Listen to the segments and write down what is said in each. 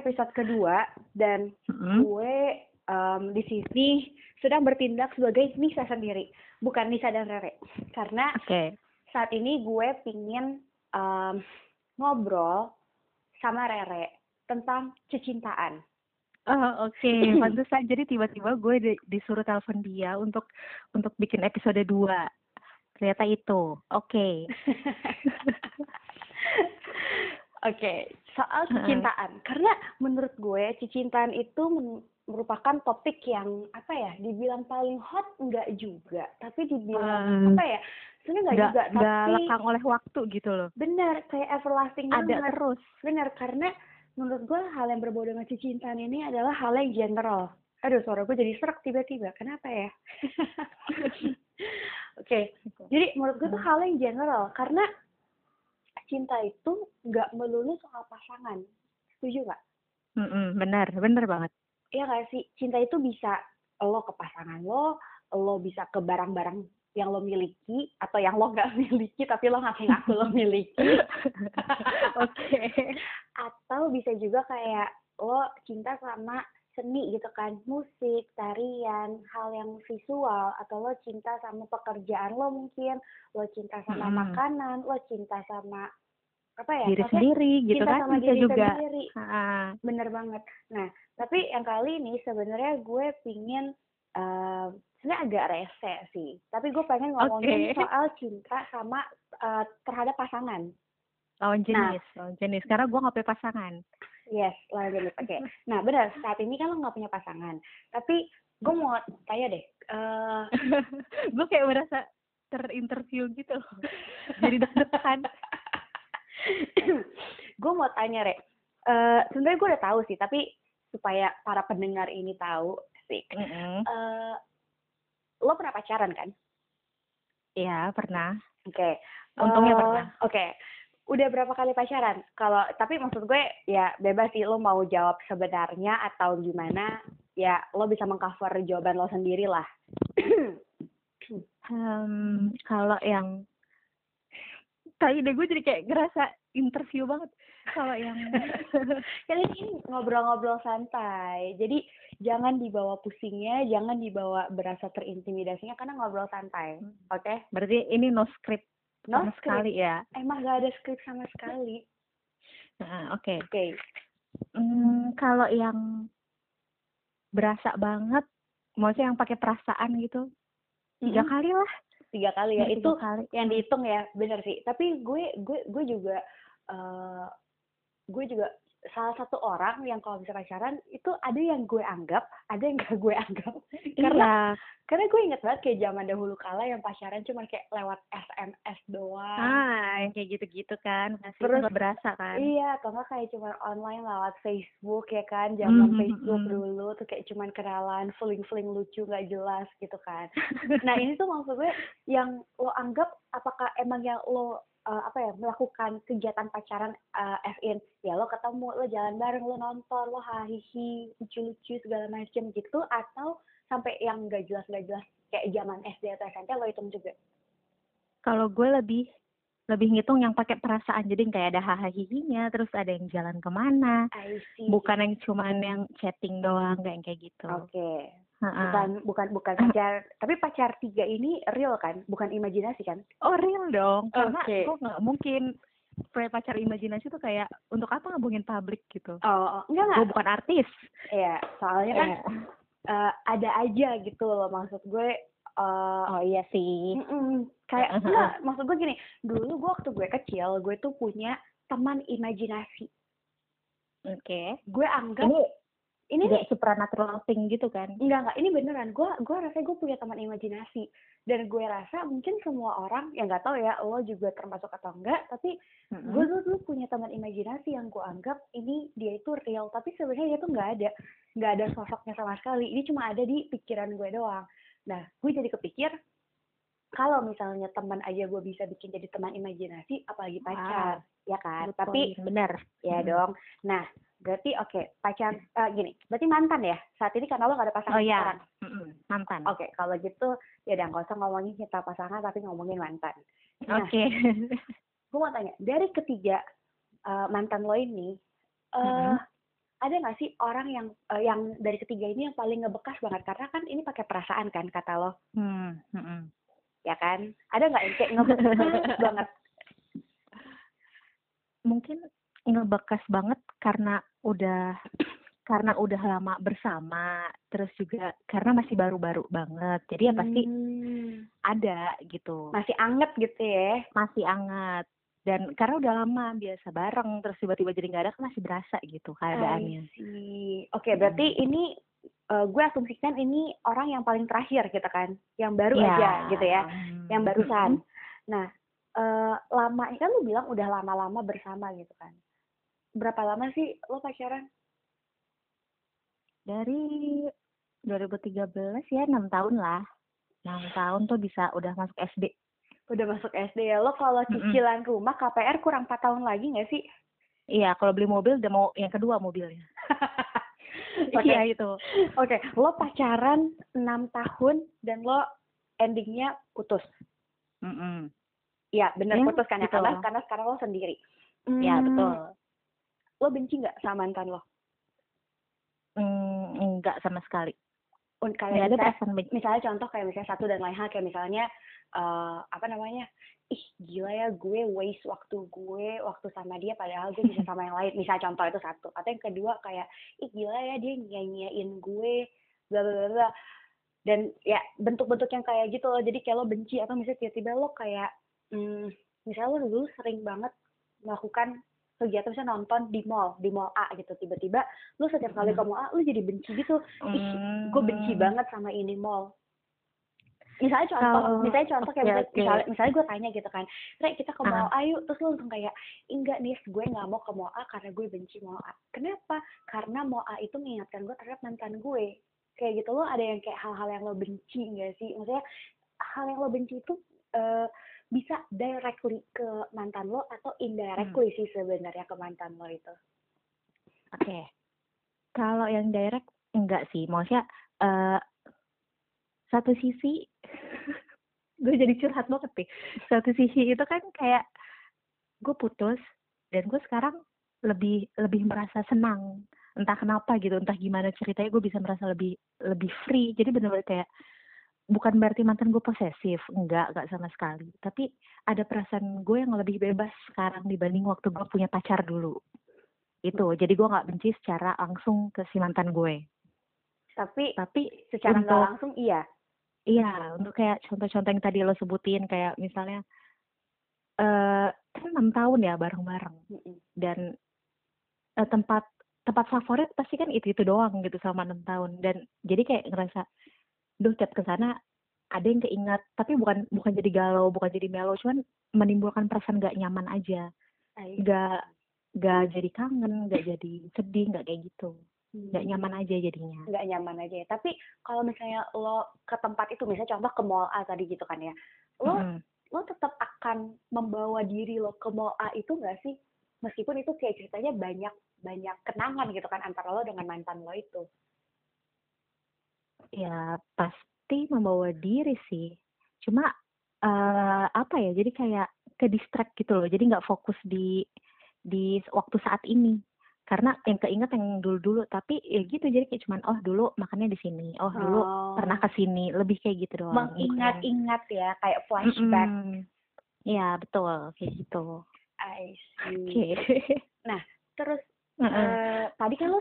episode kedua dan gue di sini sedang bertindak sebagai Nisa sendiri, bukan Nisa dan Rere. Karena saat ini gue pingin ngobrol sama Rere tentang kecintaan. Oh, oke. Pantesan jadi tiba-tiba gue disuruh telepon dia untuk bikin episode 2. Ternyata itu. Oke. Oke, soal kecintaan. Karena menurut gue kecintaan itu merupakan topik yang dibilang paling hot enggak juga, tapi dibilang sebenarnya enggak juga, tapi lekang oleh waktu gitu loh. Benar, kayak everlasting ada banget. Terus. Benar, karena menurut gue hal yang berbau dengan kecintaan ini adalah hal yang general. Aduh, suara gue jadi serak tiba-tiba. Kenapa ya? Oke. Jadi menurut gue tuh hal yang general karena cinta itu nggak melulu soal pasangan. Setuju nggak? Benar banget. Iya nggak sih? Cinta itu bisa lo ke pasangan lo bisa ke barang-barang yang lo miliki atau yang lo nggak miliki tapi lo ngaku-ngaku lo miliki. Oke. Atau bisa juga kayak lo cinta sama seni gitu kan, musik, tarian, hal yang visual, atau lo cinta sama pekerjaan lo mungkin, lo cinta sama makanan, lo cinta sama diri sendiri gitu cinta kan, sama bisa diri juga sendiri. Bener banget. Nah, tapi yang kali ini sebenarnya gue pingin sebenarnya agak rese sih, tapi gue pengen ngomongin soal cinta sama terhadap pasangan. Lawan jenis. Karena gue nggak punya pasangan. Yes, lawan jenis. Oke. Nah, benar. Saat ini kan lo nggak punya pasangan. Tapi gue mau tanya deh. Gue kayak merasa terinterview gitu loh. Jadi deg-degan. Gue mau tanya, Re. Sebenarnya gue udah tahu sih, tapi supaya para pendengar ini tahu sih. Lo pernah pacaran kan? Iya, pernah. Oke. Untungnya pernah. Oke. Udah berapa kali pacaran? Tapi maksud gue ya bebas sih lo mau jawab sebenarnya atau gimana, ya lo bisa mengcover jawaban lo sendiri lah. Kalau yang tadi deh gue jadi kayak ngerasa interview banget. Kalau yang kali ini ngobrol-ngobrol santai, jadi jangan dibawa pusingnya, jangan dibawa berasa terintimidasinya karena ngobrol santai, oke? Berarti ini no script. Sama sekali ya. Emang gak ada skrip sama sekali. Oke. Kalau yang berasa banget, maksudnya yang pakai perasaan gitu, 3 kali lah. 3 kali ya. Itu kali. Yang dihitung ya, bener sih. Tapi gue juga salah satu orang yang kalau bisa pacaran itu ada yang gue anggap, ada yang gak gue anggap. Karena gue inget banget kayak zaman dahulu kala yang pacaran cuma kayak lewat SMS doang. Yang kayak gitu-gitu kan. Terus gak berasa kan. Iya, atau nggak kayak cuma online lewat Facebook ya kan. Zaman Facebook dulu tuh kayak cuma kenalan, fling-fling lucu gak jelas gitu kan. Nah ini tuh maksud gue yang lo anggap apakah emang yang lo melakukan kegiatan pacaran as in ya lo ketemu, lo jalan bareng, lo nonton, lo hahihi, lucu-lucu segala macem gitu, atau sampai yang gak jelas kayak zaman SD atau SMP lo hitung juga? Kalau gue lebih ngitung yang pakai perasaan, jadi kayak ada hahaha-nya, terus ada yang jalan kemana, bukan yang cuman yang chatting doang, kayak gitu. Oke. Bukan pacar, tapi pacar 3 ini real kan, bukan imajinasi kan? Oh real dong, karena gue nggak mungkin punya pacar imajinasi tuh kayak untuk apa ngabungin publik gitu. Enggak. Gue bukan artis. Iya, soalnya kan ada aja gitu loh, maksud gue. Oh iya sih. Kayak enggak, maksud gue gini, dulu gue waktu gue kecil, gue tuh punya teman imajinasi. Oke. Gue anggap ini nih supernatural thing gitu kan? Enggak, ini beneran. Gue rasa gue punya teman imajinasi. Dan gue rasa mungkin semua orang, ya nggak tahu ya, lo juga termasuk atau enggak, tapi gue dulu punya teman imajinasi yang gue anggap ini dia itu real, tapi sebenarnya dia tuh nggak ada sosoknya sama sekali. Ini cuma ada di pikiran gue doang. Nah, gue jadi kepikir, kalau misalnya teman aja gue bisa bikin jadi teman imajinasi, apalagi pacar, ya kan? Tapi benar, ya dong. Nah, berarti pacar gini, berarti mantan ya? Saat ini karena lo gak ada pasangan sekarang. Mantan. Oke, kalau gitu ya udah nggak usah ngomongin cinta pasangan, tapi ngomongin mantan. Nah, gue mau tanya, dari ketiga mantan lo ini, ada nggak sih orang yang dari ketiga ini yang paling ngebekas banget karena kan ini pakai perasaan kan kata lo, ya kan? Ada nggak yang kayak ngebekas banget? Mungkin ngebekas banget karena udah lama bersama, terus juga karena masih baru-baru banget, jadi ya pasti ada gitu. Masih anget gitu ya? Masih anget. Dan karena udah lama biasa bareng, terus tiba-tiba jadi nggak ada kan masih berasa gitu keadaannya. Oke, berarti ini gue asumsikan ini orang yang paling terakhir gitu kan, yang baru aja gitu ya, yang barusan. Nah, lama kan lu bilang udah lama-lama bersama gitu kan. Berapa lama sih lo pacaran? Dari 2013 ya, 6 tahun lah. 6 tahun tuh bisa udah masuk SD. Udah masuk SD ya. Lo kalau cicilan rumah KPR kurang 4 tahun lagi nggak sih? Iya, kalau beli mobil udah mau yang kedua mobilnya. Iya itu. Oke, lo pacaran 6 tahun dan lo endingnya putus. Iya, bener ya, putus kan ya, karena sekarang lo sendiri. Iya, betul. Lo benci nggak sama mantan lo? Enggak sama sekali. Kayak ada perasaan benci. Misalnya contoh kayak misalnya satu dan lain hal, kayak misalnya ih gila ya gue waste waktu gue waktu sama dia padahal gue bisa sama yang lain. Misalnya contoh itu satu. Atau yang kedua kayak ih gila ya dia nyanyiin gue bla bla bla. Dan ya bentuk-bentuk yang kayak gitu loh. Jadi kayak lo benci atau misalnya tiba-tiba lo kayak misalnya lo dulu sering banget melakukan kegiatan misalnya nonton di mall A gitu, tiba-tiba lu setiap kali ke mall A lu jadi benci gitu. Ih, gue benci banget sama ini mall. Misalnya contoh kayak misalnya gue tanya gitu kan, Rek kita ke mall A yuk, terus lu langsung kayak enggak nih, gue nggak mau ke mall A karena gue benci mall A. Kenapa? Karena mall A itu mengingatkan gue terhadap mantan gue. Kayak gitu, lo ada yang kayak hal-hal yang lo benci nggak sih? Maksudnya hal yang lo benci itu bisa directly ke mantan lo atau indirectly sih sebenarnya ke mantan lo itu. Oke. Kalau yang direct enggak sih, maksudnya satu sisi gue jadi curhat banget nih. Satu sisi itu kan kayak gue putus dan gue sekarang lebih merasa senang, entah kenapa gitu, entah gimana ceritanya gue bisa merasa lebih free. Jadi benar-benar kayak bukan berarti mantan gue posesif, enggak sama sekali. Tapi ada perasaan gue yang lebih bebas sekarang dibanding waktu gue punya pacar dulu. Itu, jadi gue nggak benci secara langsung ke si mantan gue. Tapi secara nggak langsung iya. Iya, untuk kayak contoh-contoh yang tadi lo sebutin, kayak misalnya 6 tahun ya bareng-bareng. Dan tempat favorit pasti kan itu doang gitu selama 6 tahun. Dan jadi kayak ngerasa, tiap kesana ada yang keingat, tapi bukan jadi galau, bukan jadi melo, cuman menimbulkan perasaan gak nyaman aja. Gak jadi kangen, gak jadi sedih, gak kayak gitu. Gak nyaman aja jadinya. Gak nyaman aja ya. Tapi kalau misalnya lo ke tempat itu, misalnya contoh ke mall A tadi gitu kan ya, lo tetap akan membawa diri lo ke mall A itu gak sih? Meskipun itu kayak ceritanya banyak kenangan gitu kan antara lo dengan mantan lo itu. Ya pasti membawa diri sih. Cuma apa ya? Jadi kayak ke distract gitu loh. Jadi nggak fokus di waktu saat ini. Karena yang keinget yang dulu-dulu, tapi ya gitu, jadi kayak cuman dulu makannya di sini, dulu pernah ke sini, lebih kayak gitu doang. Mengingat-ingat ya, kayak flashback. Iya, betul, kayak gitu. I see. Okay. Nah, terus tadi kan lo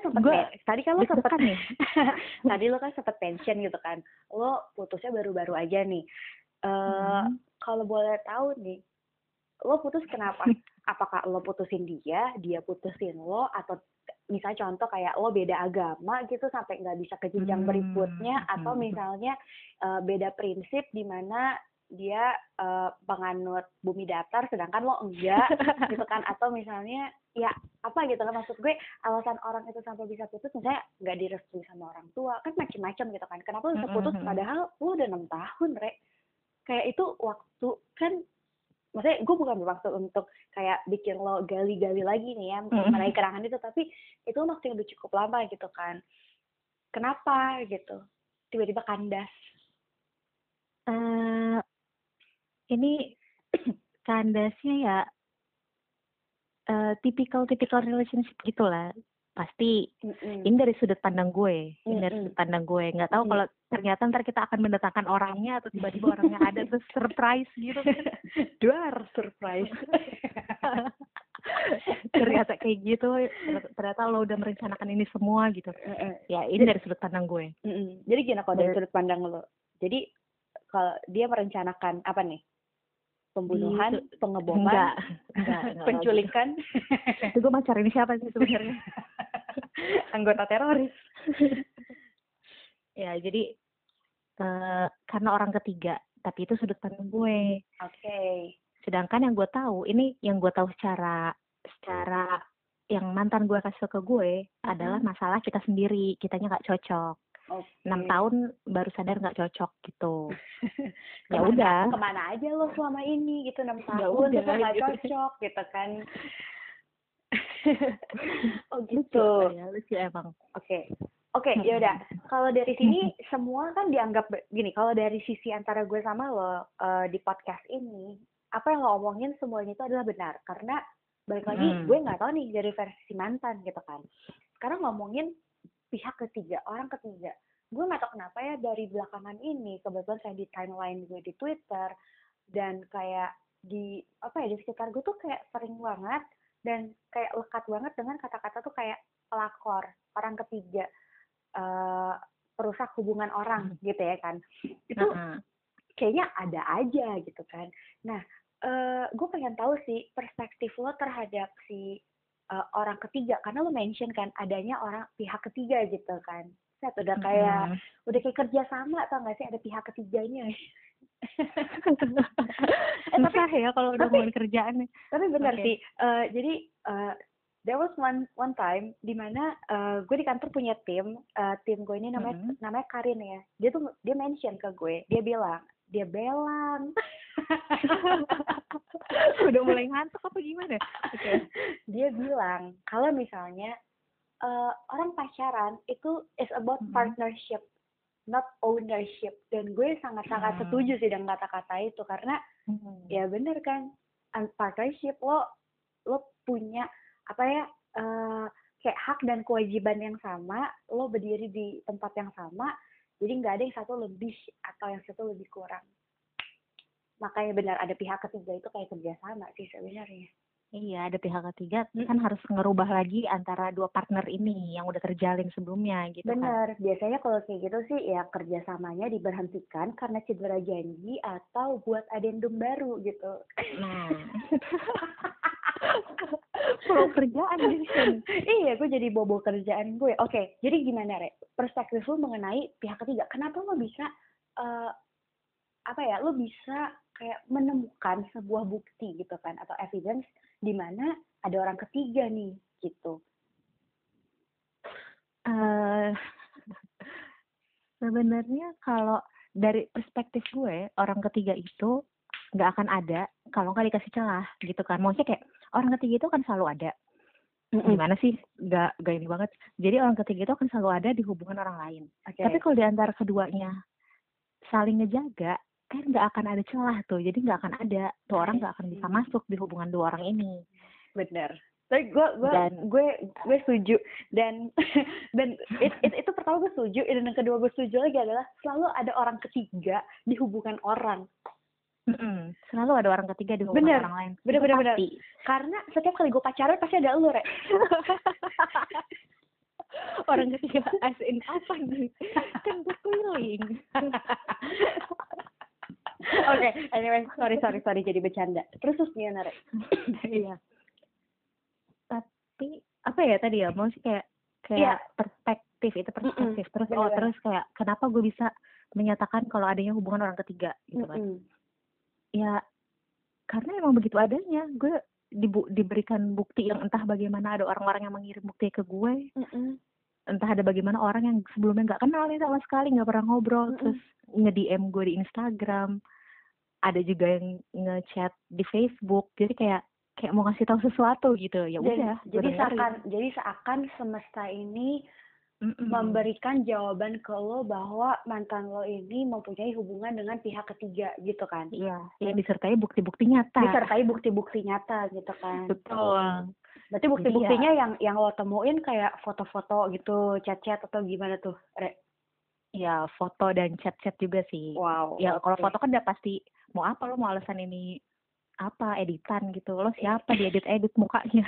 sempet pension gitu kan. Lo putusnya baru-baru aja nih. Kalau boleh tahu nih, lo putus kenapa? Apakah lo putusin dia putusin lo, atau misalnya contoh kayak lo beda agama gitu sampai nggak bisa ke jenjang berikutnya, atau misalnya beda prinsip di mana dia penganut bumi datar sedangkan lo enggak gitu kan, atau misalnya ya apa gitu kan, maksud gue alasan orang itu sampai bisa putus misalnya nggak direstui sama orang tua kan, macem-macem gitu kan. Kenapa lo bisa putus padahal lo udah 6 tahun, Rek? Kayak itu waktu kan, maksudnya gue bukan bermaksud untuk kayak bikin lo gali-gali lagi nih ya mengenai kenangan itu, tapi itu waktu yang udah cukup lama gitu kan. Kenapa gitu tiba-tiba kandas? Ini kandasnya ya tipikal relationship gitulah. pasti ini dari sudut pandang gue, nggak tahu kalau ternyata ntar kita akan mendatangkan orangnya atau tiba-tiba orangnya ada terus surprise gitu kan. Duar surprise. Ternyata kayak gitu, ternyata lo udah merencanakan ini semua gitu. Ya ini dari sudut pandang gue. Jadi gimana kalau dari sudut pandang lo? Jadi kalau dia merencanakan apa nih? Pembunuhan, pengeboman, enggak penculikan. Itu gue pacar ini siapa sih sebenarnya? Anggota teroris. Ya jadi karena orang ketiga, tapi itu sudut pandang gue. Oke. Sedangkan yang gue tahu, ini yang gue tahu secara yang mantan gue kasih ke gue adalah masalah kita sendiri, kitanya nggak cocok. 6 tahun baru sadar nggak cocok gitu. Ya udah. Kemana aja lo selama ini gitu 6 tahun kita nggak cocok gitu kan. Oh gitu. Lucu emang. Oke, ya udah. Kalau dari sini semua kan dianggap gini. Kalau dari sisi antara gue sama lo di podcast ini, apa yang lo omongin semuanya itu adalah benar. Karena balik lagi gue nggak tahu nih dari versi mantan gitu kan. Sekarang ngomongin pihak ketiga, orang ketiga. Gue nggak tahu kenapa ya dari belakangan ini kebetulan kayak di timeline gue di Twitter dan kayak di di sekitar gue tuh kayak sering banget dan kayak lekat banget dengan kata-kata tuh kayak pelakor, orang ketiga, perusak hubungan orang gitu ya kan. Itu kayaknya ada aja gitu kan. Nah, gue pengen tahu sih perspektif lo terhadap si orang ketiga, karena lo mention kan adanya orang pihak ketiga gitu kan. Set udah kayak kerja sama atau nggak sih ada pihak ketiganya. Susah ya kalau udah ngomongin kerjaan. Tapi benar sih. Jadi there was one time di mana gue di kantor punya tim gue ini namanya Karin ya. Dia mention ke gue, dia bilang udah mulai ngantuk apa gimana? Dia bilang kalau misalnya orang pacaran itu is about partnership, not ownership. Dan gue sangat-sangat setuju sih dengan kata-kata itu karena ya bener kan, partnership lo punya kayak hak dan kewajiban yang sama, lo berdiri di tempat yang sama, jadi nggak ada yang satu lebih atau yang satu lebih kurang. Makanya benar ada pihak ketiga itu kayak kerjasama sih sebenarnya. Iya, ada pihak ketiga kan harus ngerubah lagi antara dua partner ini yang udah terjalin sebelumnya gitu. Bener, biasanya kalau kayak gitu sih ya kerjasamanya diberhentikan karena cedera janji atau buat adendum baru gitu. Nah, kalau kerjaan gitu. Iya, gue jadi bobo kerjaan gue. Oke, jadi gimana Re? Perspektif lu mengenai pihak ketiga. Kenapa lo bisa lo bisa kayak menemukan sebuah bukti gitu kan atau evidence di mana ada orang ketiga nih gitu. Sebenarnya kalau dari perspektif gue orang ketiga itu nggak akan ada kalau nggak dikasih celah gitu kan. Maksudnya kayak orang ketiga itu kan selalu ada. Gimana sih? Nggak ini banget. Jadi orang ketiga itu akan selalu ada di hubungan orang lain. Tapi kalau di antara keduanya saling ngejaga, kan nggak akan ada celah tuh. Jadi nggak akan ada tuh orang nggak akan bisa masuk di hubungan dua orang ini. Bener. Tapi gue setuju dan itu pertama gue setuju dan yang kedua gue setuju lagi adalah selalu ada orang ketiga di hubungan orang. Selalu ada orang ketiga di hubungan orang lain. Bener. Karena setiap kali gue pacaran pasti ada lu, Re. Orang ketiga as in apa nih? Kan berkeliling. Oke, anyway, sorry jadi bercanda. Terus gimana, Re? Iya. Tapi apa ya tadi ya? Mau sih kayak perspektif itu perspektif. Terus kayak kenapa gue bisa menyatakan kalau adanya hubungan orang ketiga gitu kan? Ya karena emang begitu adanya. Gue diberikan bukti yang entah bagaimana ada orang-orang yang mengirim bukti ke gue. Entah ada bagaimana orang yang sebelumnya nggak kenal nih sama sekali, nggak pernah ngobrol, terus nge-DM gue di Instagram. Ada juga yang nge-chat di Facebook. Jadi kayak mau ngasih tahu sesuatu gitu. Ya udah. Jadi seakan semesta ini memberikan jawaban ke lo bahwa mantan lo ini mempunyai hubungan dengan pihak ketiga gitu kan. Iya, yang disertai bukti-bukti nyata. Gitu kan. Betul. Berarti Jadi ya, bukti-buktinya yang lo temuin kayak foto-foto gitu, chat-chat atau gimana tuh, Re? ya foto dan chat-chat juga sih. Wow, Ya kalau oke. foto kan udah pasti mau apa lo, mau alasan ini apa editan gitu. Lo siapa diedit-edit mukanya.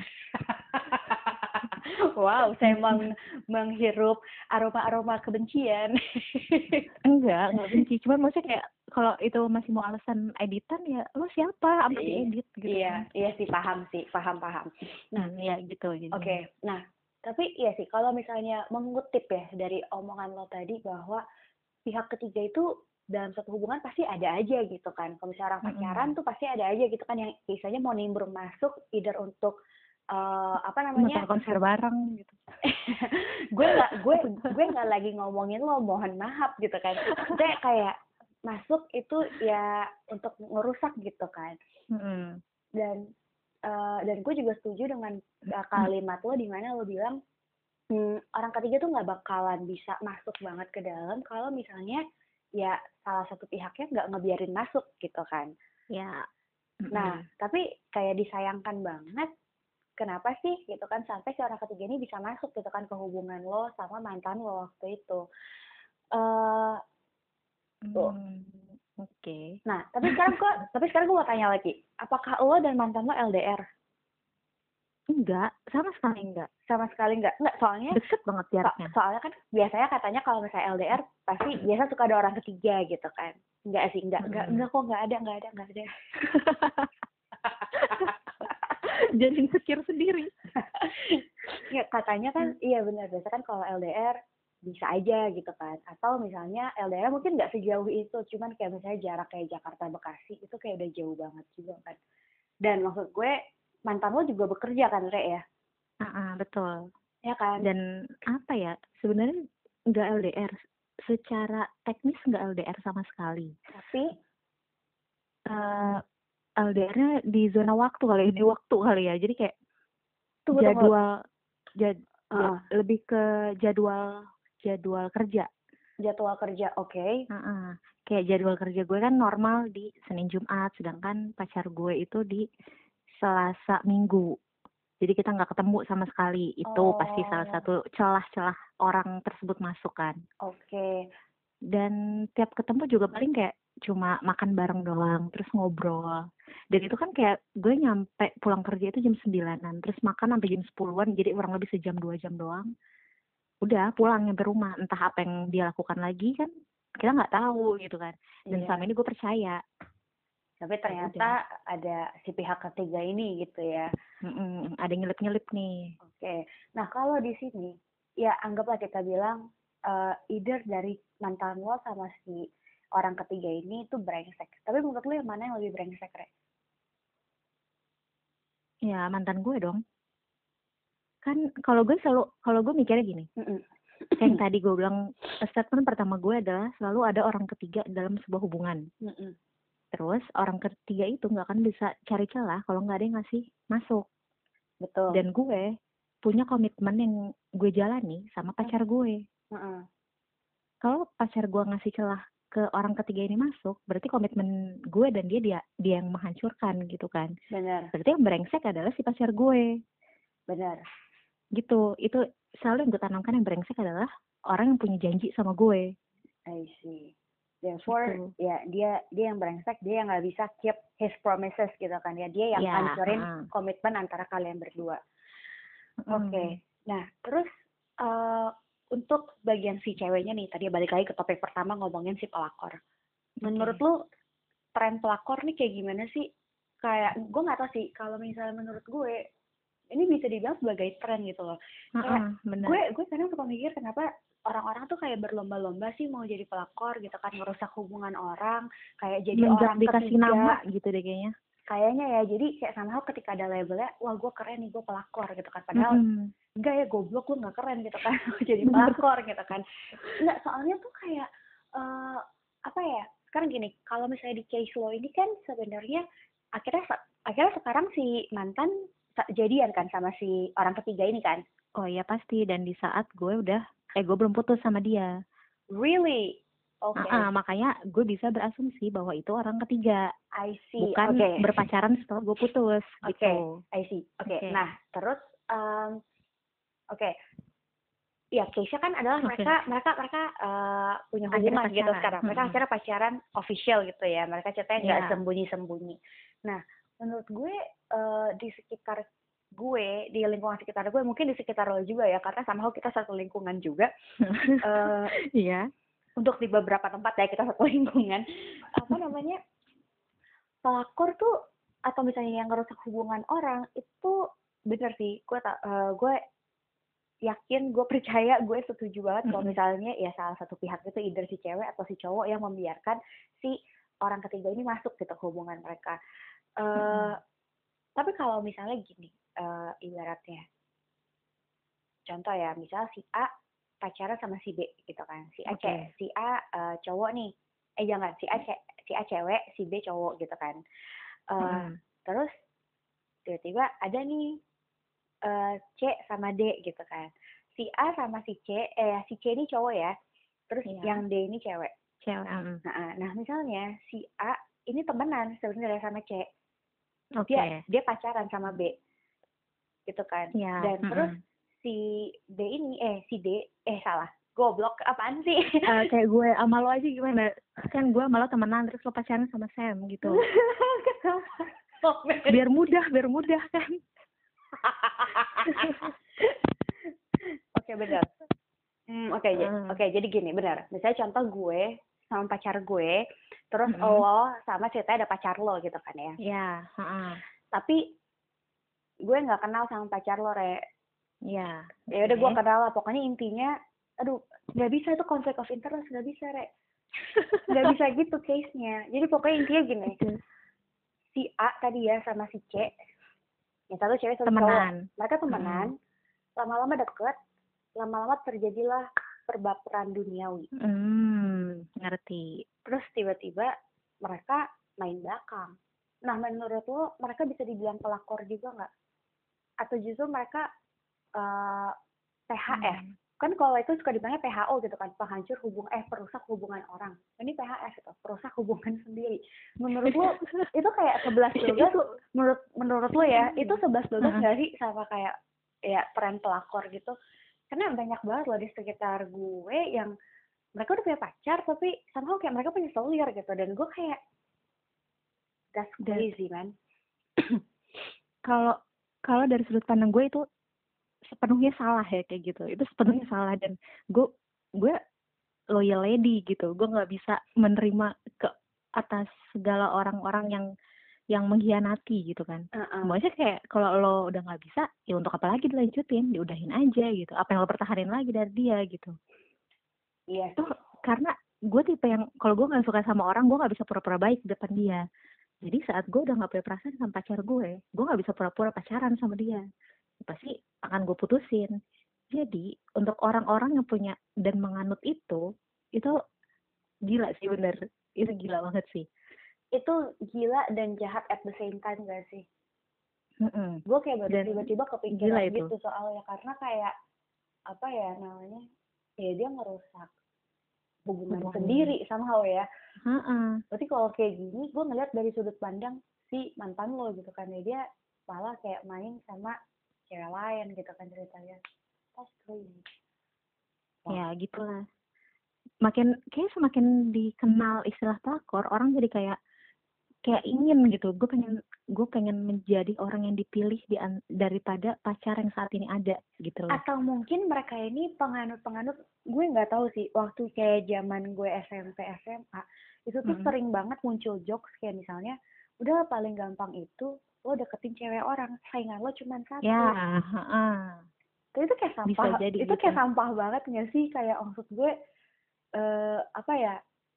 Wow, saya menghirup aroma-aroma kebencian. Enggak benci. Cuman maksudnya kayak kalau itu masih mau alasan editan ya lo siapa sampai diedit gitu Iya, kan. iya sih, paham. Nah, Ya gitu jadinya. oke. Nah, tapi iya sih, kalau misalnya mengutip ya dari omongan lo tadi bahwa pihak ketiga itu dalam satu hubungan pasti ada aja gitu kan. Kalau misalnya orang pacaran tuh pasti ada aja gitu kan yang biasanya mau nimbrung masuk, either untuk apa namanya? Nonton konser bareng gitu. gue nggak lagi ngomongin lo, mohon maaf gitu kan. Maksudnya kayak masuk itu ya untuk ngerusak gitu kan. Mm-mm. Dan gue juga setuju dengan kalimat lo di mana lo bilang orang ketiga tuh nggak bakalan bisa masuk banget ke dalam kalau misalnya ya salah satu pihaknya nggak ngebiarin masuk gitu kan. Ya. Nah, tapi kayak disayangkan banget kenapa sih gitu kan sampai si orang ketiga ini bisa masuk gitu kan ke hubungan lo sama mantan lo waktu itu. Tuh. Oke. Nah, tapi sekarang gue mau tanya lagi, apakah lo dan mantan lo LDR? Enggak, sama sekali enggak. Sama sekali enggak, soalnya Deket banget jaraknya. soalnya kan biasanya katanya kalau misalnya LDR pasti biasa suka ada orang ketiga gitu kan. Enggak sih, enggak kok, enggak ada. Jadi insecure sendiri. Ya katanya kan, iya benar, biasa kan kalau LDR bisa aja gitu kan. Atau misalnya LDR mungkin nggak sejauh itu, cuman kayak misalnya jarak kayak Jakarta Bekasi itu kayak udah jauh banget juga kan. Dan maksud gue mantan lo juga bekerja kan, Re ya? Betul. Ya kan? Dan apa ya, sebenarnya nggak LDR. Secara teknis nggak LDR sama sekali. Tapi LDR-nya di zona waktu kali ya. Jadi kayak tunggu. Lebih ke jadwal kerja. Jadwal kerja, oke. Kayak jadwal kerja gue kan normal di Senin Jumat, sedangkan pacar gue itu di Selasa Minggu. Jadi kita nggak ketemu sama sekali. Itu pasti salah satu celah-celah orang tersebut masuk kan. Oke. Dan tiap ketemu juga paling kayak cuma makan bareng doang, terus ngobrol. Dan itu kan kayak gue nyampe pulang kerja itu jam 9-an, terus makan sampai jam 10-an, jadi kurang lebih sejam 2 jam doang. Udah pulang nyampe rumah, entah apa yang dia lakukan lagi kan kita nggak tahu gitu kan. Dan selama ini gue percaya. Tapi ternyata ada si pihak ketiga ini gitu ya. Ada nyelip-nyelip nih. Oke. Nah kalau di sini ya anggaplah kita bilang either dari mantan lo sama si orang ketiga ini itu brengsek. Tapi menurut lo yang mana yang lebih brengsek, Re? Ya mantan gue dong. Kan kalau gue mikirnya gini. Kayak yang tadi gue bilang, statement pertama gue adalah selalu ada orang ketiga dalam sebuah hubungan. Terus orang ketiga itu nggak akan bisa cari celah kalau nggak ada yang ngasih masuk. Betul. Dan gue punya komitmen yang gue jalani sama pacar gue. Kalau pacar gue ngasih celah ke orang ketiga ini masuk, berarti komitmen gue dan dia yang menghancurkan gitu kan. Benar. Berarti yang brengsek adalah si pacar gue. Benar. Gitu. Itu selalu yang gue tanamkan, yang brengsek adalah orang yang punya janji sama gue. I see. Therefore, ya dia yang brengsek, dia yang nggak bisa keep his promises gitu kan ya, dia yang hancurin komitmen antara kalian berdua. Oke. Nah terus untuk bagian si ceweknya nih, tadi balik lagi ke topik pertama ngomongin si pelakor. Menurut lu tren pelakor nih kayak gimana sih? Kayak gue nggak tahu sih, kalau misalnya menurut gue ini bisa dibilang sebagai tren gitu loh. Kayak gue kadang suka mikir kenapa orang-orang tuh kayak berlomba-lomba sih mau jadi pelakor gitu kan, ngerusak hubungan orang, kayak jadi orang dikasih ketiga. Nama gitu deh kayaknya. Kayaknya ya, jadi kayak somehow ketika ada labelnya, wah gue keren nih, gue pelakor gitu kan. Padahal enggak ya, goblok, gue nggak keren gitu kan, jadi pelakor gitu kan. Enggak, soalnya tuh kayak apa ya? Sekarang gini, kalau misalnya di case lo ini kan sebenarnya akhirnya sekarang si mantan jadian kan sama si orang ketiga ini kan? Oh iya pasti, dan di saat gue belum putus sama dia. Really? Oke. Makanya gue bisa berasumsi bahwa itu orang ketiga, I see. bukan Oke. berpacaran setelah gue putus gitu. I see. Oke. Oke. Nah, terus oke. Ya, case-nya kan adalah Oke. mereka punya Akhirnya hubungan gitu pacaran. sekarang. Mereka akhirnya pacaran official gitu ya. Mereka ceritanya nggak Iya. sembunyi-sembunyi. Nah, menurut gue di sekitar gue, di lingkungan sekitar gue, mungkin di sekitar lo juga ya, karena somehow kita satu lingkungan juga. Iya. Untuk di beberapa tempat ya kita satu lingkungan. Apa namanya? Pelakor tuh atau misalnya yang ngerusak hubungan orang itu bener sih. Gue yakin, gue percaya, gue setuju banget kalau misalnya ya salah satu pihak itu either si cewek atau si cowok yang membiarkan si orang ketiga ini masuk gitu ke hubungan mereka. Tapi kalau misalnya gini, ibaratnya contoh ya, misal si A pacaran sama si B gitu kan, si A cowok nih, jangan, si A cewek, si B cowok gitu kan. Terus tiba-tiba ada nih C sama D gitu kan. Si A sama si C ini cowok ya. Terus yang D ini cewek. Nah, misalnya si A ini temenan sebenarnya sama C. Dia pacaran sama B. Gitu kan. Dan terus si D ini si D salah. Goblok, apaan sih? Kayak gue sama lo aja gimana? Kan gue sama lo temenan terus lo pacaran sama Sam gitu. biar mudah kan. Oke, benar. Oke, jadi gini, benar. Misalnya contoh gue sama pacar gue, terus lo sama ceritanya ada pacar lo gitu kan ya. Iya. Tapi gue nggak kenal sama pacar lo, Re. Iya. Ya udah gue kenal lah. Pokoknya intinya, aduh, nggak bisa itu conflict of interest, nggak bisa, Re. Nggak bisa gitu case-nya. Jadi pokoknya intinya gini. Si A tadi ya sama si C, yang satu cewek satu cowok. Mereka temenan, lama-lama deket, lama-lama terjadilah perbaperan duniawi. Ngerti. Terus tiba-tiba mereka main belakang. Nah, menurut lo mereka bisa dibilang pelakor juga nggak? Atau justru mereka PHS? Kan kalau itu suka dibilangnya PHO gitu kan, penghancur perusak hubungan orang. Ini PHS gitu, perusak hubungan sendiri. Menurut lo itu kayak 11-12 menurut lo ya, itu 11-12 nggak sih sama kayak ya peran pelakor gitu? Karena banyak banget loh di sekitar gue yang mereka udah punya pacar tapi somehow kayak mereka punya selir gitu, dan gue kayak that's crazy, man. Kalau dari sudut pandang gue itu sepenuhnya salah ya kayak gitu. Itu sepenuhnya salah, dan gue loyal lady gitu. Gue nggak bisa menerima ke atas segala orang-orang yang mengkhianati gitu kan. Maksudnya kayak kalau lo udah nggak bisa, ya untuk apa lagi dilanjutin, diudahin aja gitu. Apa yang lo pertahanin lagi dari dia gitu. Iya. Tuh karena gue tipe yang kalau gue nggak suka sama orang, gue nggak bisa pura-pura baik di depan dia. Jadi saat gue udah nggak punya perasaan sama pacar gue nggak bisa pura-pura pacaran sama dia. Pasti akan gue putusin. Jadi untuk orang-orang yang punya dan menganut itu gila sih, bener. Itu gila banget sih. Itu gila dan jahat at the same time gak sih? Gue kayak baru tiba-tiba kepikiran gitu soalnya, karena kayak apa ya namanya, ya dia ngerusak hubungan sendiri somehow ya. Berarti kalau kayak gini gue ngeliat dari sudut pandang si mantan lo gitu kan ya, dia malah kayak main sama cewek lain gitu kan ceritanya. That's crazy. Ya gitulah. Semakin dikenal istilah pelakor, orang jadi kayak ingin gitu. Gue pengen menjadi orang yang dipilih daripada pacar yang saat ini ada gitu loh. Atau mungkin mereka ini penganut, gue nggak tahu sih. Waktu kayak zaman gue SMP SMA itu tuh sering banget muncul jokes kayak misalnya, udah paling gampang itu lo deketin cewek orang, saingan lo cuma satu. Ya. Itu kayak sampah. Itu gitu. Kayak sampah banget nggak sih? Kayak maksud gue apa ya?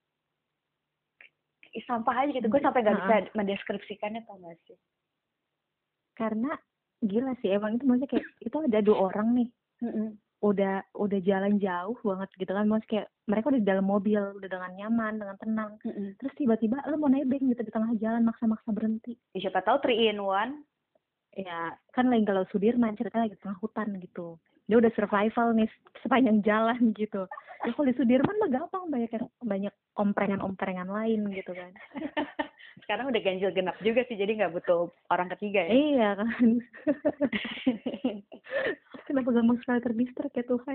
Sampah aja gitu. Gue sampai nggak bisa mendeskripsikannya, tau nggak sih? Karena gila sih emang itu, maksudnya kayak itu ada 2 orang nih. Udah jalan jauh banget gitu kan, maksudnya kayak mereka udah di dalam mobil, udah dengan nyaman, dengan tenang. Terus tiba-tiba lo mau nebeng gitu di tengah jalan, maksa-maksa berhenti. Ya, siapa tahu 3 in 1. Ya kan lagi kalau Sudirman ceritanya lagi tengah hutan gitu. dia udah survival nih sepanjang jalan gitu. Ya kalau di Sudirman mah gampang, banyak omprengan lain gitu kan. Sekarang udah ganjil genap juga sih, jadi nggak butuh orang ketiga ya. Iya kan. Kenapa gampang sekali terdistrak ya Tuhan.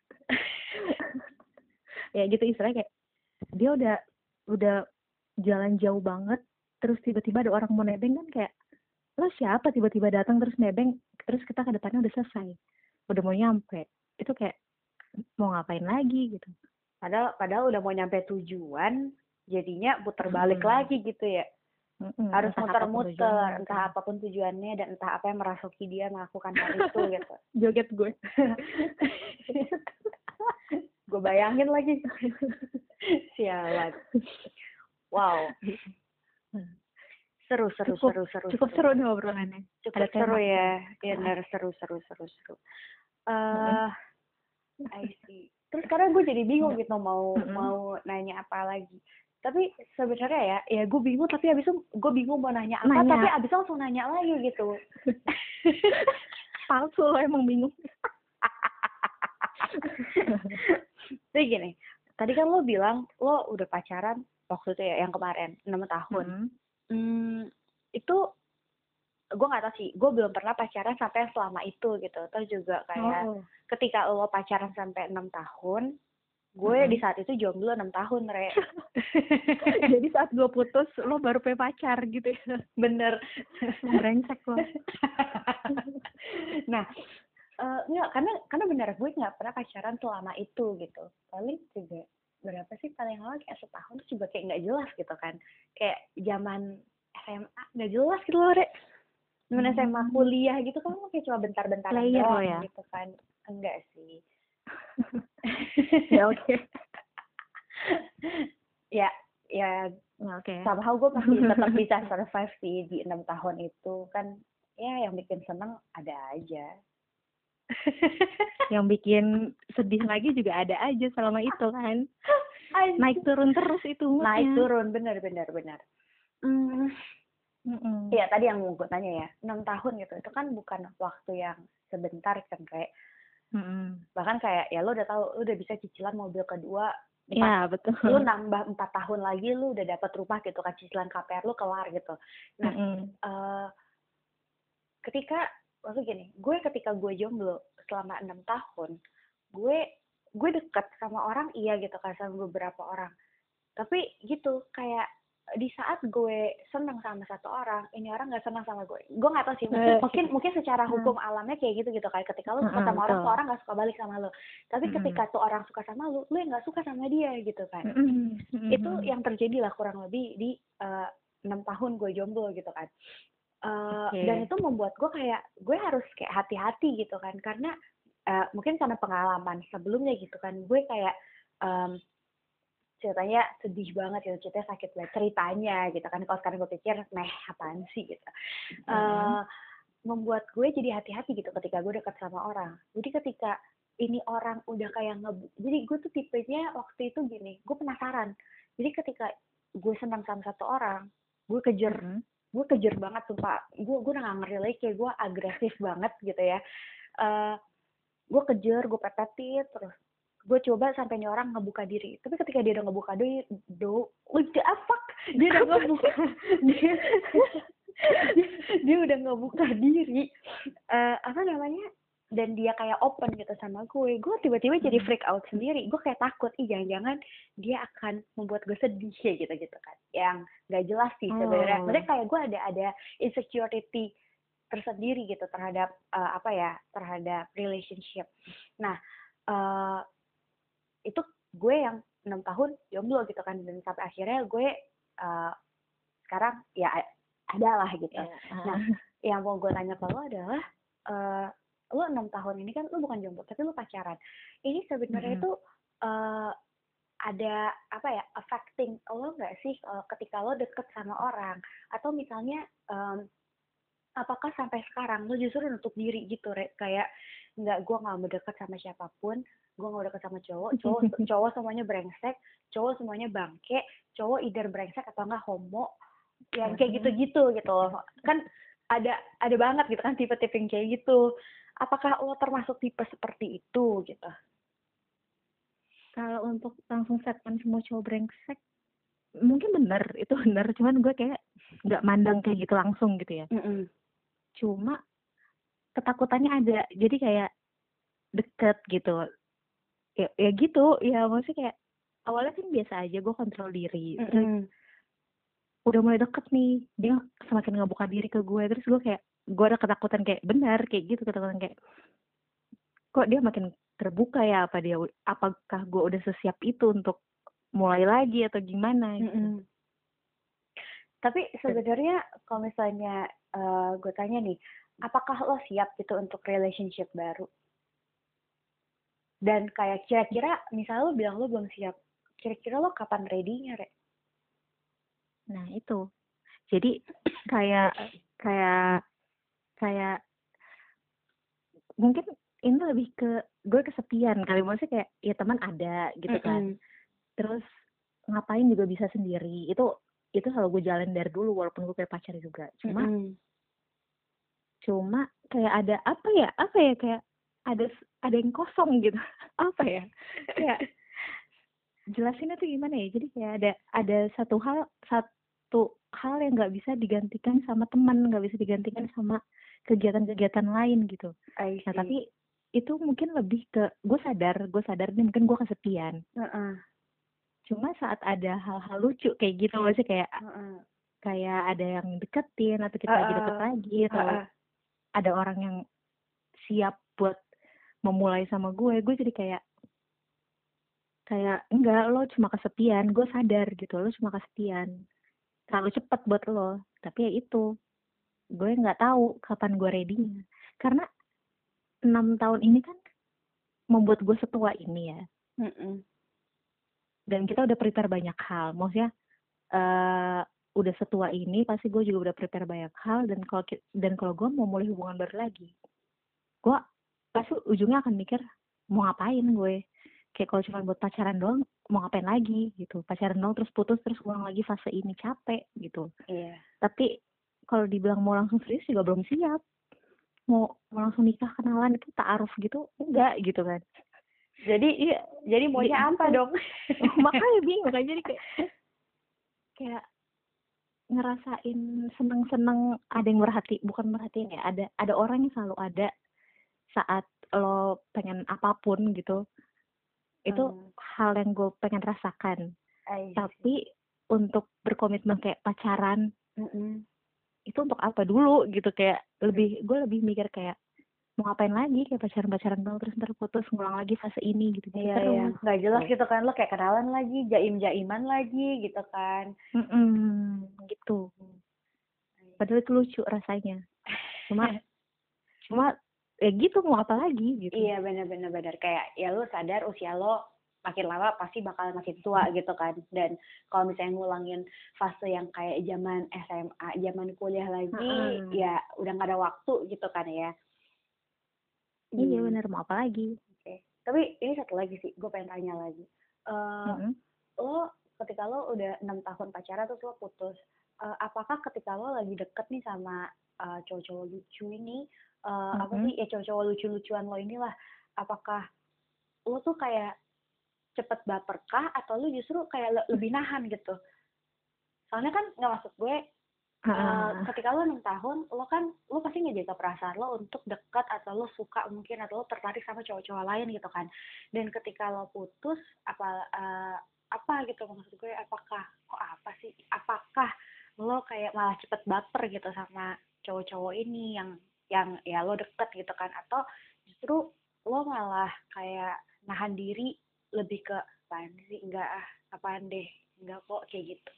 Ya gitu istilahnya, kayak dia udah jalan jauh banget, terus tiba-tiba ada orang mau nebeng kan, kayak lo siapa tiba-tiba datang terus nebeng, terus kita ke depannya udah selesai, udah mau nyampe, itu kayak mau ngapain lagi gitu. Padahal udah mau nyampe tujuan, jadinya puter balik lagi gitu ya. Harus muter-muter, entah apapun tujuannya dan entah apa yang merasuki dia melakukan hal itu gitu. Joget gue. Gue bayangin lagi. Sialan. Wow. Seru. Cukup seru nih obrolannya. Cukup seru ya. Benar, seru. I see. Terus sekarang gue jadi bingung gitu mau nanya apa lagi. Tapi sebenarnya ya gue bingung, tapi abis itu gue bingung mau nanya apa, tapi abis itu langsung nanya lagi gitu. Palsu lo emang bingung. Jadi gini, tadi kan lo bilang lo udah pacaran waktu itu ya, yang kemarin 6 tahun. Itu gue nggak tahu sih, gue belum pernah pacaran sampai selama itu gitu. Terus juga kayak ketika lo pacaran sampai 6 tahun, gue di saat itu jomblo 6 tahun, Re. Jadi saat gue putus, lo baru punya pacar gitu ya? Bener. Brengsek lo. Nah, enggak, karena bener, gue nggak pernah pacaran selama itu gitu. Paling juga berapa sih, paling lama kayak setahun, terus juga kayak nggak jelas gitu kan. Kayak zaman SMA nggak jelas gitu loh, Re. Zaman SMA kuliah gitu kan kayak cuma bentar-bentar doang ya? Gitu kan. Enggak sih. Ya oke. Ya somehow gue masih tetap bisa survive sih di 6 tahun itu kan. Ya yang bikin seneng ada aja. Yang bikin sedih lagi juga ada aja selama itu kan. Naik turun terus itu moodnya. Naik turun, benar. Ya tadi yang mau gue tanya ya, 6 tahun gitu, itu kan bukan waktu yang sebentar kan, kayak bahkan kayak ya lo udah tahu, lo udah bisa cicilan mobil kedua, ya betul, lo nambah 4 tahun lagi lo udah dapat rumah gitu kan, cicilan KPR lo kelar gitu. Nah ketika gue jomblo selama 6 tahun, gue deket sama orang iya gitu kan, sama beberapa orang, tapi gitu kayak di saat gue seneng sama satu orang, ini orang nggak senang sama gue nggak tahu sih, mungkin secara hukum alamnya kayak gitu kan, ketika lo suka sama orang, tuh orang nggak suka balik sama lo, tapi ketika tuh orang suka sama lo yang nggak suka sama dia gitu kan. Itu yang terjadi lah kurang lebih di 6 tahun gue jomblo gitu kan. Dan itu membuat gue kayak gue harus kayak hati-hati gitu kan, karena mungkin karena pengalaman sebelumnya gitu kan, gue kayak ceritanya sedih banget gitu, ceritanya sakit banget ceritanya gitu kan. Kalau sekarang gue pikir apaan sih gitu. Membuat gue jadi hati-hati gitu ketika gue dekat sama orang. Jadi ketika ini orang udah kayak jadi gue tuh tipenya waktu itu gini, gue penasaran. Jadi ketika gue senang sama satu orang, gue kejar banget, sumpah. Gue udah nggak ngerti lagi, kayak gue agresif banget gitu ya. Gue kejar, gue pepetin terus. Gue coba sampai nih orang ngebuka diri. Tapi ketika dia udah ngebuka diri, dia udah ngebuka dia udah ngebuka diri, dan dia kayak open gitu sama gue tiba-tiba jadi freak out sendiri. Gue kayak takut, jangan-jangan dia akan membuat gue sedih ya gitu kan, yang nggak jelas sih sebenarnya. Maksudnya kayak gue ada insecurity tersendiri gitu terhadap terhadap relationship. Nah itu gue yang 6 tahun jomblo gitu kan, dan sampai akhirnya gue sekarang ya ada lah gitu. Nah yang mau gue tanya ke lo adalah lo 6 tahun ini kan lo bukan jomblo tapi lo pacaran. Ini sebenarnya itu ada affecting lo nggak sih ketika lo deket sama orang, atau misalnya apakah sampai sekarang lo justru nutup diri gitu, kayak gue nggak mau deket sama siapapun, gue nggak mau deket sama cowok semuanya brengsek, cowok semuanya bangke, cowok either brengsek atau nggak homo, yang kayak gitu loh kan. Ada banget gitu kan tipe-tipe yang kayak gitu. apakah lo termasuk tipe seperti itu gitu? Kalau untuk langsung statement semua cowok brengsek, mungkin bener, itu bener. Cuman gue kayak nggak mandang kayak gitu langsung gitu ya. Cuma ketakutannya ada. Jadi kayak deket gitu. Ya gitu, ya maksudnya kayak awalnya kan biasa aja, gue kontrol diri. Terus udah mulai deket nih, dia semakin ngebuka diri ke gue. Terus gue ada ketakutan kayak benar kayak gitu, ketakutan kayak kok dia makin terbuka ya, apakah gue udah sesiap itu untuk mulai lagi atau gimana gitu. Tapi sebenarnya kalau misalnya gue tanya nih, apakah lo siap gitu untuk relationship baru? Dan kayak kira-kira misalnya lo bilang lo belum siap, kira-kira lo kapan ready-nya, Re? Nah itu, jadi kayak mungkin ini lebih ke gue kesepian kali, maksudnya kayak ya teman ada gitu kan. Terus ngapain juga bisa sendiri, itu selalu gue jalan dari dulu walaupun gue kayak pacar juga. Cuma kayak ada apa ya kayak ada yang kosong gitu. Apa ya, kayak jelasinnya tuh gimana ya, jadi kayak ada satu hal yang nggak bisa digantikan sama teman, nggak bisa digantikan sama kegiatan-kegiatan lain gitu. Nah tapi itu mungkin lebih ke gue sadar nih mungkin gue kesepian. Cuma saat ada hal-hal lucu kayak gitu, maksudnya kayak ada yang deketin atau kita lagi deket lagi atau ada orang yang siap buat memulai sama gue jadi kayak enggak, lo cuma kesepian, gue sadar gitu, lo cuma kesepian, terlalu cepat buat lo. Tapi ya itu, gue nggak tahu kapan gue ready-nya, karena 6 tahun ini kan membuat gue setua ini ya. Dan kita udah prepare banyak hal, maksudnya udah setua ini pasti gue juga udah prepare banyak hal. Dan kalau gue mau mulai hubungan baru lagi, gue pasti ujungnya akan mikir mau ngapain gue. Kayak kalau cuma buat pacaran doang, mau ngapain lagi gitu. Pacaran doang terus putus, terus ulang lagi fase ini, capek gitu. Tapi kalau dibilang mau langsung serius juga belum siap. Mau langsung nikah, kenalan, itu ta'aruf gitu, enggak gitu kan. Jadi maunya apa dong? Makanya bingung kan, jadi kayak ngerasain seneng-seneng, ada yang bukan merhatiin ya, ada orang yang selalu ada saat lo pengen apapun gitu. Itu hal yang gue pengen rasakan. Tapi untuk berkomitmen kayak pacaran, itu untuk apa dulu gitu, kayak gue lebih mikir kayak mau ngapain lagi, kayak pacaran doang terus ntar putus, ngulang lagi fase ini gitu. Iya, nggak jelas gitu kan, lo kayak kenalan lagi, jaim-jaiman lagi gitu kan. Gitu. Padahal itu lucu rasanya. Cuma ya gitu, mau apa lagi gitu. Iya, benar kayak ya lo sadar usia lo makin lama pasti bakal makin tua gitu kan. Dan kalau misalnya ngulangin fase yang kayak zaman SMA, zaman kuliah lagi, ya udah nggak ada waktu gitu kan ya. Iya benar, mau apa lagi. Tapi ini satu lagi sih, gue pengen tanya lagi. Lo ketika lo udah 6 tahun pacaran terus lo putus, apakah ketika lo lagi deket nih sama cowok-cowok lucu ini, apa sih ya, cowok-cowok lucu-lucuan lo inilah, apakah lo tuh kayak cepet baper kah atau lo justru kayak lebih nahan gitu? Soalnya kan nggak, maksud gue ketika lo 6 tahun, lo pasti ngejaga perasaan lo untuk dekat atau lo suka mungkin atau lo tertarik sama cowok-cowok lain gitu kan. Dan ketika lo putus, apa gitu, maksud gue apakah lo kayak malah cepet baper gitu sama cowok-cowok ini yang ya lo deket gitu kan, atau justru lo malah kayak nahan diri lebih ke apaan sih, apaan deh, enggak kok, kayak gitu.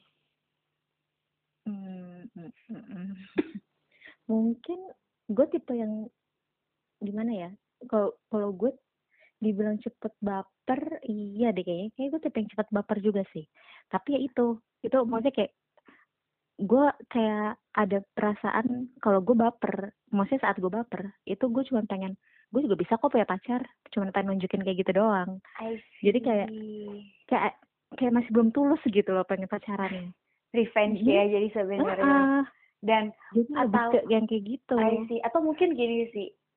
Mungkin gue tipe yang gimana ya, kalau gue dibilang cepet baper, iya deh, kayak gue tipe yang cepet baper juga sih. Tapi ya itu maksudnya kayak gue kayak ada perasaan kalau gue baper, maksudnya saat gue baper itu gue cuma pengen, gue juga bisa kok punya pacar, cuma pengen nunjukin kayak gitu doang. Jadi kayak masih belum tulus gitu loh pengen pacarannya. Revenge ya, jadi sebenarnya. Dan jadi atau yang kayak gitu. Atau mungkin gini sih,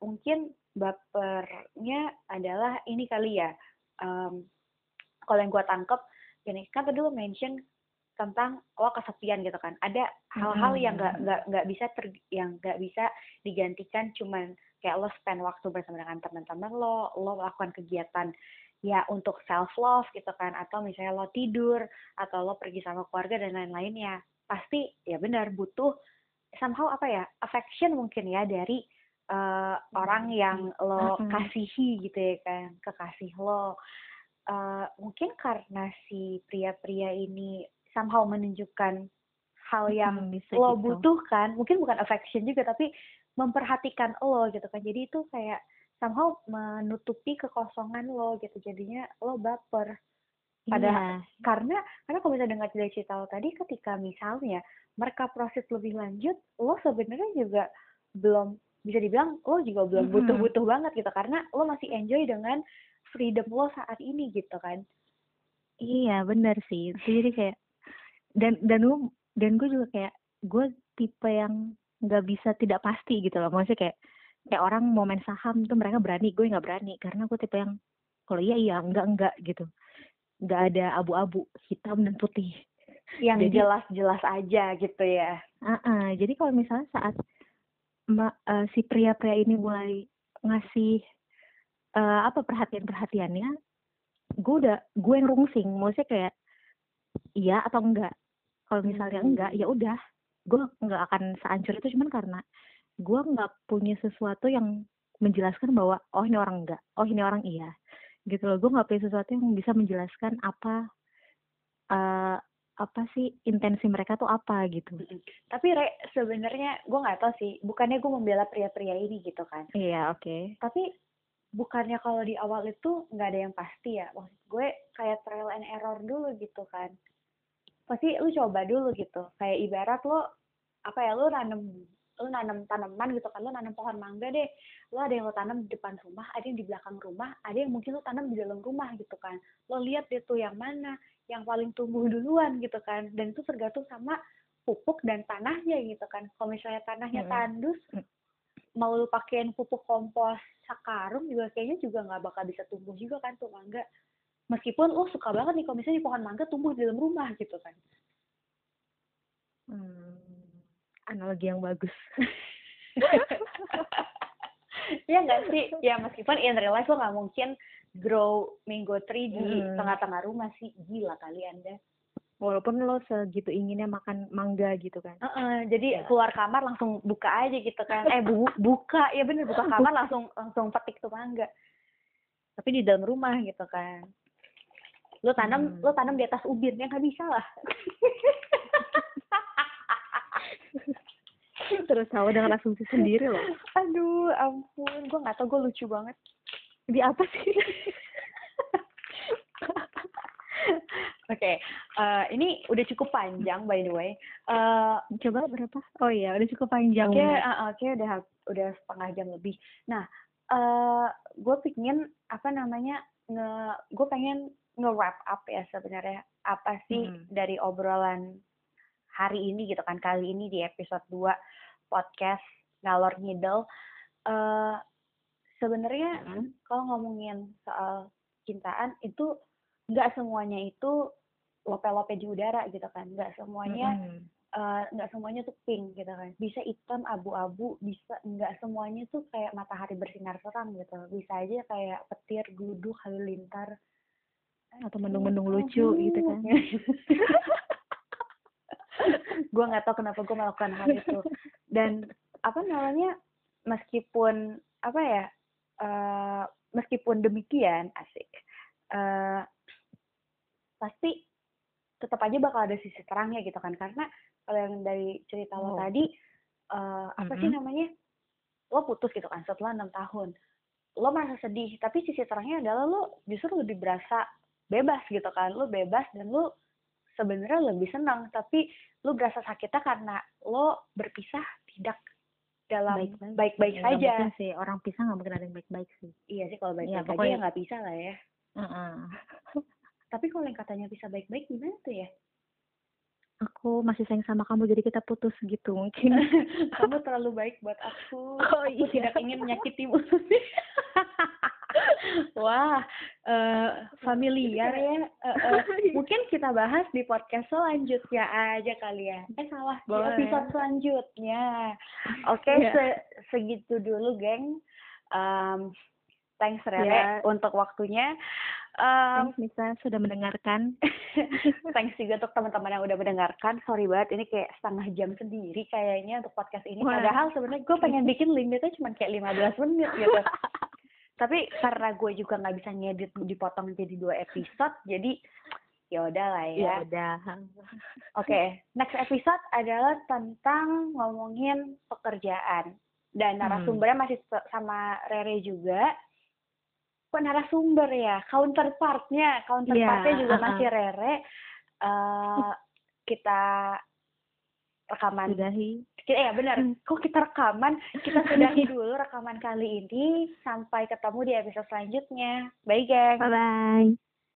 mungkin bapernya adalah ini kali ya. Kalau yang gue tangkep, gini kan tadi lo mention tentang lo kesepian gitu kan. Ada hal-hal yang nggak bisa digantikan cuman kayak lo spend waktu bersama dengan teman-teman lo melakukan kegiatan ya untuk self love gitu kan, atau misalnya lo tidur atau lo pergi sama keluarga dan lain-lainnya. Pasti ya benar butuh somehow apa ya, affection mungkin ya dari orang yang lo kasihi gitu ya kan, kekasih lo. Mungkin karena si pria-pria ini somehow menunjukkan hal yang lo gitu. butuhkan, mungkin bukan affection juga tapi memperhatikan lo gitu kan, jadi itu kayak somehow menutupi kekosongan lo gitu, jadinya lo baper. Padahal karena kalau misalnya dengar dari cerita lo tadi, ketika misalnya mereka proses lebih lanjut, lo sebenarnya juga belum bisa dibilang lo juga belum butuh-butuh banget gitu, karena lo masih enjoy dengan freedom lo saat ini gitu kan. Iya benar sih. Jadi kayak dan gue juga kayak gue tipe yang nggak bisa tidak pasti gitu loh. Maksudnya kayak orang mau main saham tuh mereka berani, gue nggak berani karena gue tipe yang kalau iya enggak gitu. Nggak ada abu-abu, hitam dan putih. Yang jadi, jelas-jelas aja gitu ya. Jadi kalau misalnya saat si pria-pria ini mulai ngasih perhatiannya, gue yang rungsing. Maksudnya kayak iya atau enggak. Kalau misalnya enggak, ya udah, gue nggak akan sehancur itu, cuman karena gue nggak punya sesuatu yang menjelaskan bahwa oh ini orang enggak, oh ini orang iya, gitu loh. Gue nggak punya sesuatu yang bisa menjelaskan apa sih intensi mereka tuh apa gitu. Tapi sebenarnya gue nggak tahu sih, bukannya gue membela pria-pria ini gitu kan. Iya, oke. Tapi bukannya kalau di awal itu nggak ada yang pasti ya, maksud gue kayak trial and error dulu gitu kan. Pasti lu coba dulu gitu, kayak ibarat lo nanam tanaman gitu kan, lo nanam pohon mangga deh, lo ada yang lo tanam di depan rumah, ada yang di belakang rumah, ada yang mungkin lo tanam di dalam rumah gitu kan. Lo lihat deh tuh yang mana yang paling tumbuh duluan gitu kan, dan itu tergantung sama pupuk dan tanahnya gitu kan. Kalau misalnya tanahnya tandus, mau lu pakein pupuk kompos sakarung juga kayaknya juga nggak bakal bisa tumbuh juga kan tuh mangga. Meskipun lo suka banget nih kalau misalnya pohon mangga tumbuh di dalam rumah gitu kan. Analogi yang bagus. Ya nggak sih? Ya meskipun in real life lo nggak mungkin grow mango tree di tengah-tengah rumah sih. Gila kali Anda. Walaupun lo segitu inginnya makan mangga gitu kan. Jadi keluar kamar langsung buka aja gitu kan. Buka. Ya bener, buka kamar langsung petik tuh mangga. Tapi di dalam rumah gitu kan. Lo tanam di atas ubin, ya nggak bisa lah. Terus tahu dengan asumsi sendiri loh. Aduh, ampun, gue nggak tau, gue lucu banget. Di apa sih? Oke, ini udah cukup panjang by the way. Coba berapa? Oh iya, udah cukup panjang. Oke, udah setengah jam lebih. Nah, gue pengen gue pengen nge-wrap up ya sebenarnya apa sih dari obrolan hari ini gitu kan, kali ini di episode 2 podcast Ngalor Ngidel. Sebenarnya kalau ngomongin soal cintaan itu nggak semuanya itu lope-lope di udara gitu kan, nggak semuanya tuh pink gitu kan, bisa hitam abu-abu, bisa nggak semuanya tuh kayak matahari bersinar terang gitu, bisa aja kayak petir gluduk halilintar atau mendung-mendung lucu gitu kan. Gue nggak tahu kenapa gue melakukan hal itu. Dan meskipun demikian asik, pasti tetap aja bakal ada sisi terangnya gitu kan, karena kalau yang dari cerita lo tadi lo putus gitu kan setelah 6 tahun, lo merasa sedih, tapi sisi terangnya adalah lo justru lebih berasa bebas gitu kan, lo bebas dan lo sebenarnya lebih senang, tapi lo berasa sakitnya karena lo berpisah tidak dalam baik-baik saja. Sih, orang pisah nggak mungkin ada yang baik-baik sih. Iya sih, kalau baik-baik aja ya nggak bisa lah ya. Tapi kalau yang katanya bisa baik-baik gimana tuh ya? aku masih sayang sama kamu jadi kita putus gitu mungkin. Kamu terlalu baik buat aku. Oh, Aku iya. tidak ingin menyakitimu. Wah, familiar ya. Mungkin kita bahas di podcast selanjutnya aja kali ya. Salah, di Boleh. episode selanjutnya. Oke, Iya. segitu dulu, geng. Thanks Rere Ya. untuk waktunya. Thanks Nisa sudah mendengarkan. Thanks juga untuk teman-teman yang udah mendengarkan. Sorry banget, ini kayak setengah jam sendiri kayaknya untuk podcast ini. Wah. Padahal sebenarnya gue pengen bikin limitnya cuma kayak 15 menit gitu. Tapi karena gue juga nggak bisa ngedit dipotong jadi 2 episode, jadi ya udah lah ya. Ya udah. Oke, next episode adalah tentang ngomongin pekerjaan. Dan narasumbernya masih sama Rere juga. Kok narasumber ya? Counterpartnya juga masih Rere. Kita rekaman. Sudahi. Ya benar. Kok kita rekaman? Kita sudahi dulu rekaman kali ini. Sampai ketemu di episode selanjutnya. Bye, geng. Bye-bye.